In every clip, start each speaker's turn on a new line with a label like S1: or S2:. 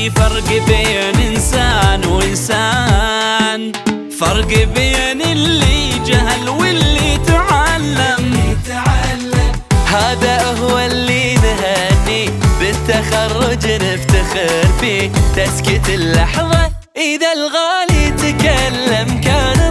S1: في فرق بين إنسان وإنسان، فرق بين اللي جهل واللي تعلم.
S2: هذا هو اللي نهني بالتخرج نفتخر فيه، تسكت اللحظة إذا الغالي تكلم. كان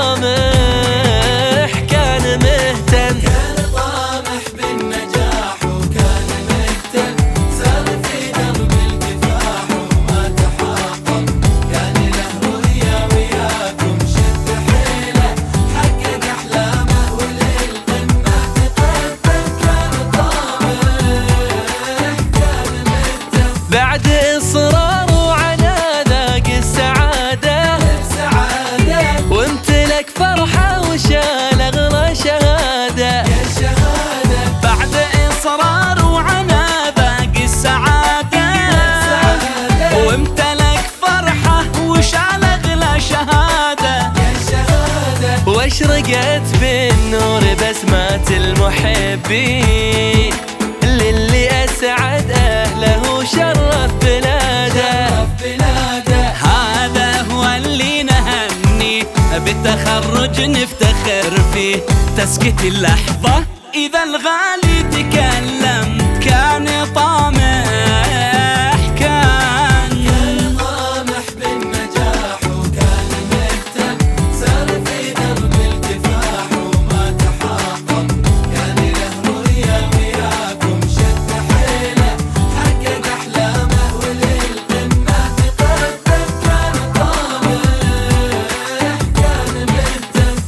S2: طامح كان مهتم،
S3: كان طامح بالنجاح وكان مهتم، سار في درب الكفاح وما تحقق. كان له رؤيا وياكم شد حيله، حقق أحلامه وللقمة تقدم. كان طامح كان مهتم،
S2: بعد إصرار وعناء ذاق السعادة، وامتلك فرحة وشال أغلى شهادة.
S1: بعد إصرار وعناء ذاق السعادة، وامتلك فرحة وشال أغلى شهادة.
S2: واشرقت بالنور بسمات المحبين، للي أسعد أهله وشرف بلاده.
S1: هذا هو اللي نهني بالتخرج نفتخر فيه، تسكت اللحظة إذا الغالي تكلم. كان طامح كان
S3: طامح بالنجاح وكان مهتم، سار في درب الكفاح وما تحقق. كان له رؤيا وياكم شد حيله، حقق أحلامه وللقمة تقدم. كان طامح كان مهتم.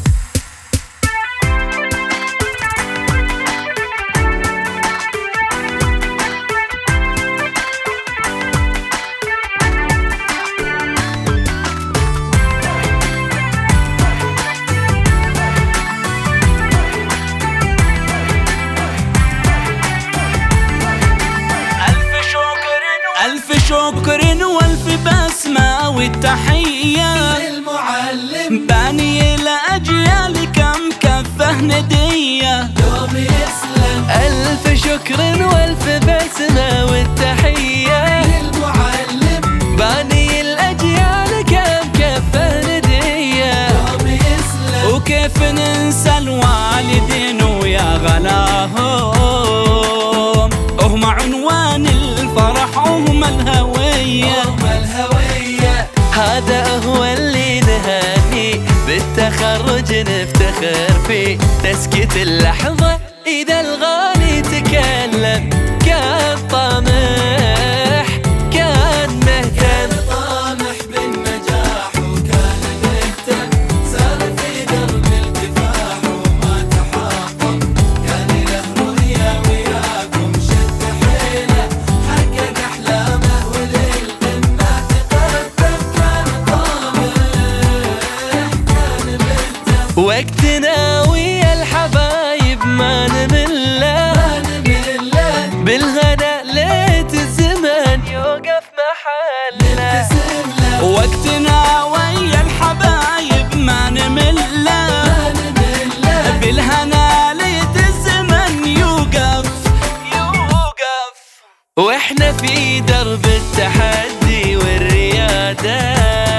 S1: ألف شكر وألف بسمة والتحية
S3: المعلم
S1: باني الأجيال كم كفه ندية.
S3: دوم يسلم
S2: ألف شكر وألف بسمة والتحية،
S3: المعلم
S2: باني الأجيال كم كفه ندية.
S3: دوم يسلم
S1: وكيف ننسى الوالدين ويا غلاهم، هم عنوان الفرح وهم الهوية.
S2: هذا هو اللي نهني بالتخرج نفتخر فيه، تسكت اللحظة إذا الغالي تكلم. كان طامح كان مهتم،
S3: طامح بالنجاح وكان مهتم، سار في درب الكفاح وما تحقق. كان له رؤيا وياكم شد حيله، حقق أحلامه وللقمة تقدم. كان طامح كان مهتم،
S2: وقتنا ويا الحبايب ما نمله، بالغدا ليت الزمن يوقف محله.
S1: وقتنا ويا الحبايب ما نمله، بالهنا ليت الزمن يوقف.
S2: واحنا في درب التحدي والريادة،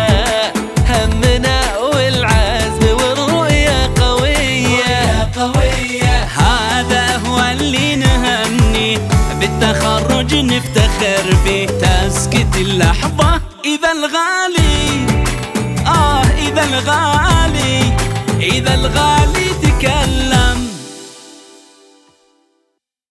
S2: همنا والعزم والرؤية قوية.
S1: هذا هو اللي نهني بالتخرج نفتخر فيه، تسكت اللحظة إذا الغالي إذا الغالي تكلم.